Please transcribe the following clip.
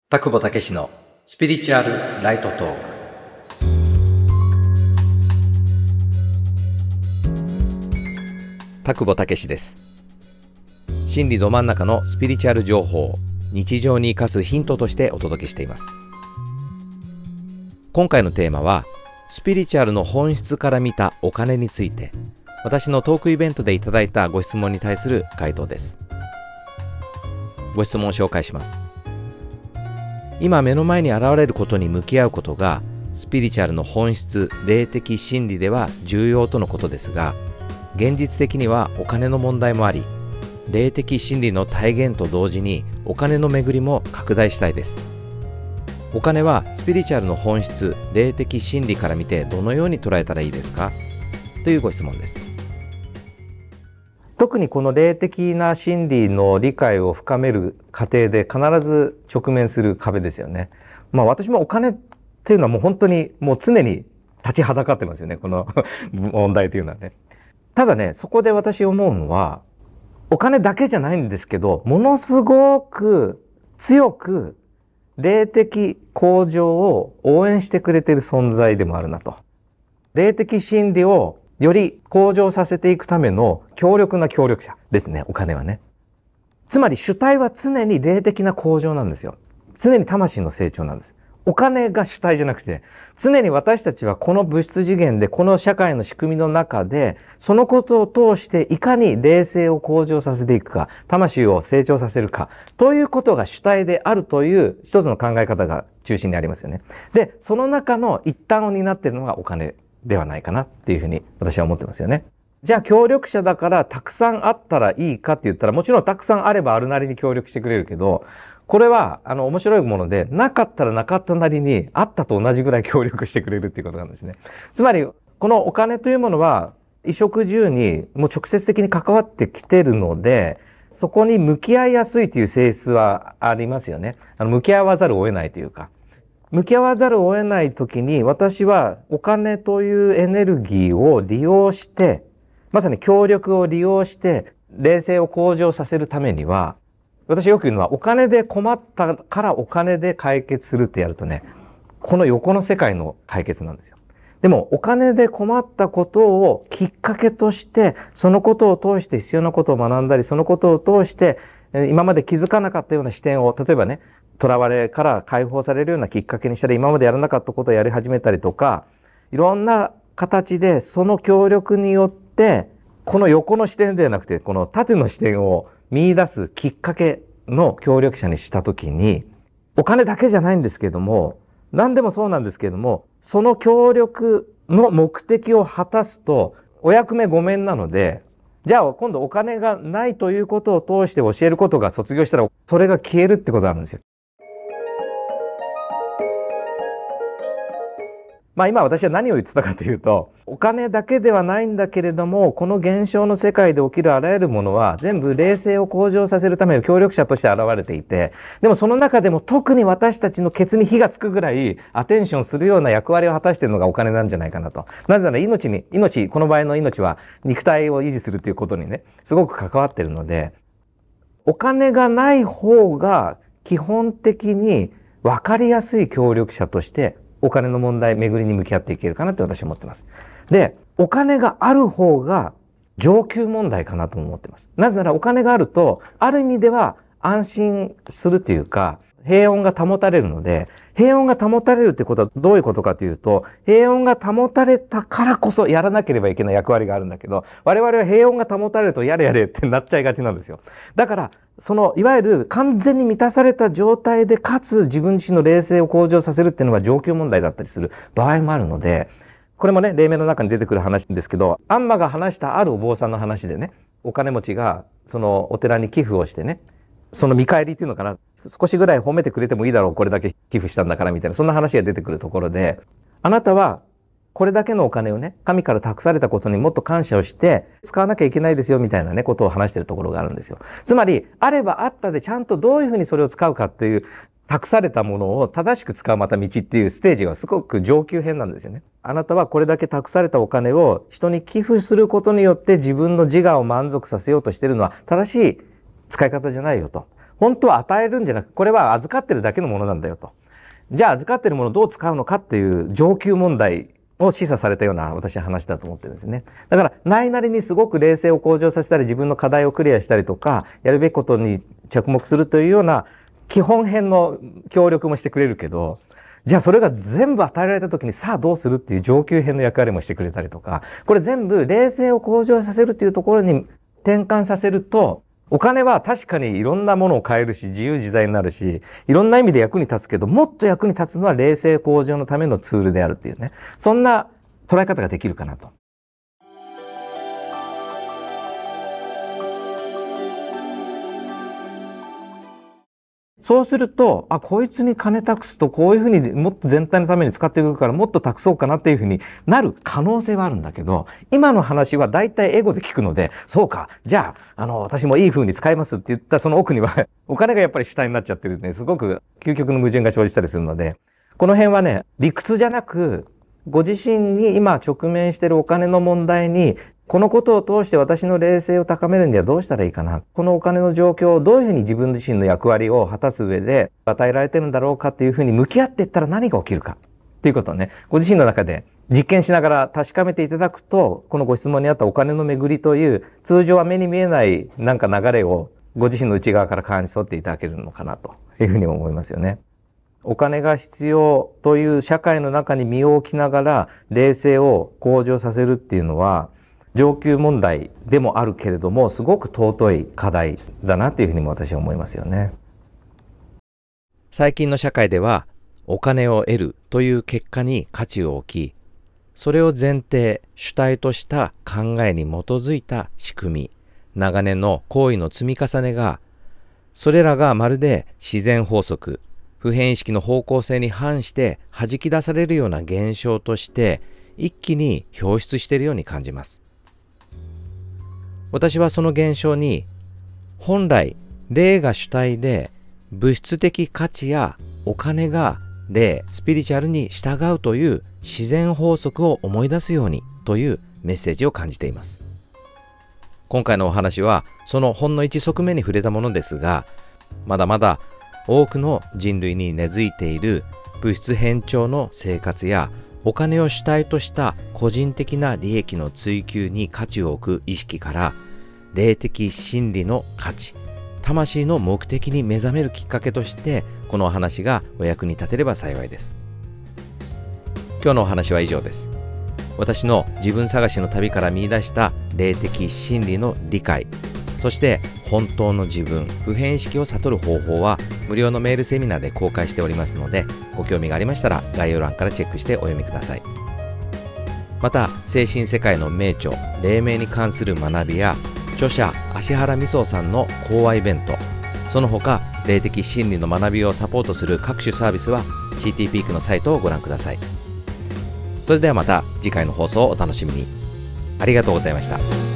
田久保武史のスピリチュアルライトトーク。田久保武史です。真理ど真ん中のスピリチュアル情報を日常に生かすヒントとしてお届けしています。今回のテーマはスピリチュアルの本質から見たお金について、私のトークイベントでいただいたご質問に対する回答です。ご質問を紹介します。今目の前に現れることに向き合うことがスピリチュアルの本質、霊的真理では重要とのことですが、現実的にはお金の問題もあり、霊的真理の体現と同時にお金の巡りも拡大したいです。お金はスピリチュアルの本質、霊的真理から見てどのように捉えたらいいですかというご質問です。特にこの霊的な真理の理解を深める過程で必ず直面する壁ですよね。私もお金っていうのはもう本当にもう常に立ちはだかってますよね、この問題というのはね。ただね、そこで私思うのは、お金だけじゃないんですけど、ものすごく強く霊的向上を応援してくれている存在でもあるなと。霊的真理をより向上させていくための強力な協力者ですね、お金はね。つまり主体は常に霊的な向上なんですよ。常に魂の成長なんです。お金が主体じゃなくて、常に私たちはこの物質次元で、この社会の仕組みの中で、そのことを通していかに霊性を向上させていくか、魂を成長させるか、ということが主体であるという一つの考え方が中心にありますよね。で、その中の一端を担っているのがお金ではないかなっていうふうに私は思ってますよね。じゃあ協力者だからたくさんあったらいいかって言ったら、もちろんたくさんあればあるなりに協力してくれるけど、これは面白いもので、なかったらなかったなりにあったと同じぐらい協力してくれるっていうことなんですね。つまりこのお金というものは衣食住にもう直接的に関わってきてるので、そこに向き合いやすいという性質はありますよね。向き合わざるを得ないというか。向き合わざるを得ないときに、私はお金というエネルギーを利用して、まさに協力を利用して霊性を向上させるためには、私よく言うのは、お金で困ったからお金で解決するってやるとね、この横の世界の解決なんですよ。でもお金で困ったことをきっかけとして、そのことを通して必要なことを学んだり、そのことを通して今まで気づかなかったような視点を、例えばね、囚われから解放されるようなきっかけにしたり、今までやらなかったことをやり始めたりとか、いろんな形でその協力によって、この横の視点ではなくて、この縦の視点を見出すきっかけの協力者にしたときに、お金だけじゃないんですけれども、何でもそうなんですけれども、その協力の目的を果たすと、お役目ごめんなので、じゃあ今度お金がないということを通して教えることが卒業したら、それが消えるってことなんですよ。今私は何を言ってたかというと、お金だけではないんだけれども、この現象の世界で起きるあらゆるものは全部霊性を向上させるための協力者として現れていて、でもその中でも特に私たちのケツに火がつくぐらいアテンションするような役割を果たしているのがお金なんじゃないかなと。なぜなら命、この場合の命は肉体を維持するということにね、すごく関わっているので、お金がない方が基本的に分かりやすい協力者としてお金の問題、巡りに向き合っていけるかなって私は思ってます。で、お金がある方が上級問題かなと思ってます。なぜならお金があると、ある意味では安心するというか、平穏が保たれるので、平穏が保たれるってことはどういうことかというと、平穏が保たれたからこそやらなければいけない役割があるんだけど、我々は平穏が保たれるとやれやれってなっちゃいがちなんですよ。だから、いわゆる完全に満たされた状態で、かつ自分自身の霊性を向上させるっていうのが上級問題だったりする場合もあるので、これもね、霊名の中に出てくる話ですけど、アンマが話したあるお坊さんの話でね、お金持ちがお寺に寄付をしてね、その見返りっていうのかな、少しぐらい褒めてくれてもいいだろう、これだけ寄付したんだからみたいな、そんな話が出てくるところで、あなたはこれだけのお金をね、神から託されたことにもっと感謝をして使わなきゃいけないですよみたいなね、ことを話しているところがあるんですよ。つまり、あればあったでちゃんとどういうふうにそれを使うかっていう、託されたものを正しく使うまた道っていうステージがすごく上級編なんですよね。あなたはこれだけ託されたお金を人に寄付することによって自分の自我を満足させようとしているのは正しい使い方じゃないよと。 本当は与えるんじゃなく、これは預かってるだけのものなんだよと。じゃあ預かってるものをどう使うのかっていう上級問題を示唆されたような私は話だと思ってるんですね。だからないなりにすごく冷静を向上させたり、自分の課題をクリアしたりとか、やるべきことに着目するというような基本編の協力もしてくれるけど、じゃあそれが全部与えられた時にさあどうするっていう上級編の役割もしてくれたりとか、これ全部冷静を向上させるというところに転換させると、お金は確かにいろんなものを買えるし、自由自在になるし、いろんな意味で役に立つけど、もっと役に立つのは冷静向上のためのツールであるっていうね。そんな捉え方ができるかなと。そうすると、こいつに金託すとこういうふうにもっと全体のために使ってくるからもっと託そうかなっていうふうになる可能性はあるんだけど、今の話は大体エゴで聞くので、そうか、じゃあ、私もいいふうに使いますって言ったその奥には、お金がやっぱり主体になっちゃってるんで、すごく究極の矛盾が生じたりするので、この辺はね、理屈じゃなく、ご自身に今直面しているお金の問題に、このことを通して私の冷静を高めるにはどうしたらいいかな。このお金の状況をどういうふうに自分自身の役割を果たす上で与えられてるんだろうかっていうふうに向き合っていったら何が起きるかっていうことをね、ご自身の中で実験しながら確かめていただくと、このご質問にあったお金の巡りという通常は目に見えないなんか流れをご自身の内側から感じ取っていただけるのかなというふうに思いますよね。お金が必要という社会の中に身を置きながら冷静を向上させるっていうのは上級問題でもあるけれども、すごく尊い課題だなというふうにも私は思いますよね。最近の社会ではお金を得るという結果に価値を置き、それを前提主体とした考えに基づいた仕組み、長年の行為の積み重ねが、それらがまるで自然法則、普遍意識の方向性に反して弾き出されるような現象として一気に表出しているように感じます。私はその現象に、本来霊が主体で物質的価値やお金が霊、スピリチュアルに従うという自然法則を思い出すようにというメッセージを感じています。今回のお話はそのほんの一側面に触れたものですが、まだまだ多くの人類に根付いている物質偏重の生活やお金を主体とした個人的な利益の追求に価値を置く意識から、霊的真理の価値、魂の目的に目覚めるきっかけとして、このお話がお役に立てれば幸いです。今日のお話は以上です。私の自分探しの旅から見出した霊的真理の理解、そして本当の自分、普遍意識を悟る方法は無料のメールセミナーで公開しておりますので、ご興味がありましたら概要欄からチェックしてお読みください。また、精神世界の名著、霊明に関する学びや、著者芦原美草さんの講話イベント、その他霊的真理の学びをサポートする各種サービスは CT ピークのサイトをご覧ください。それではまた次回の放送をお楽しみに。ありがとうございました。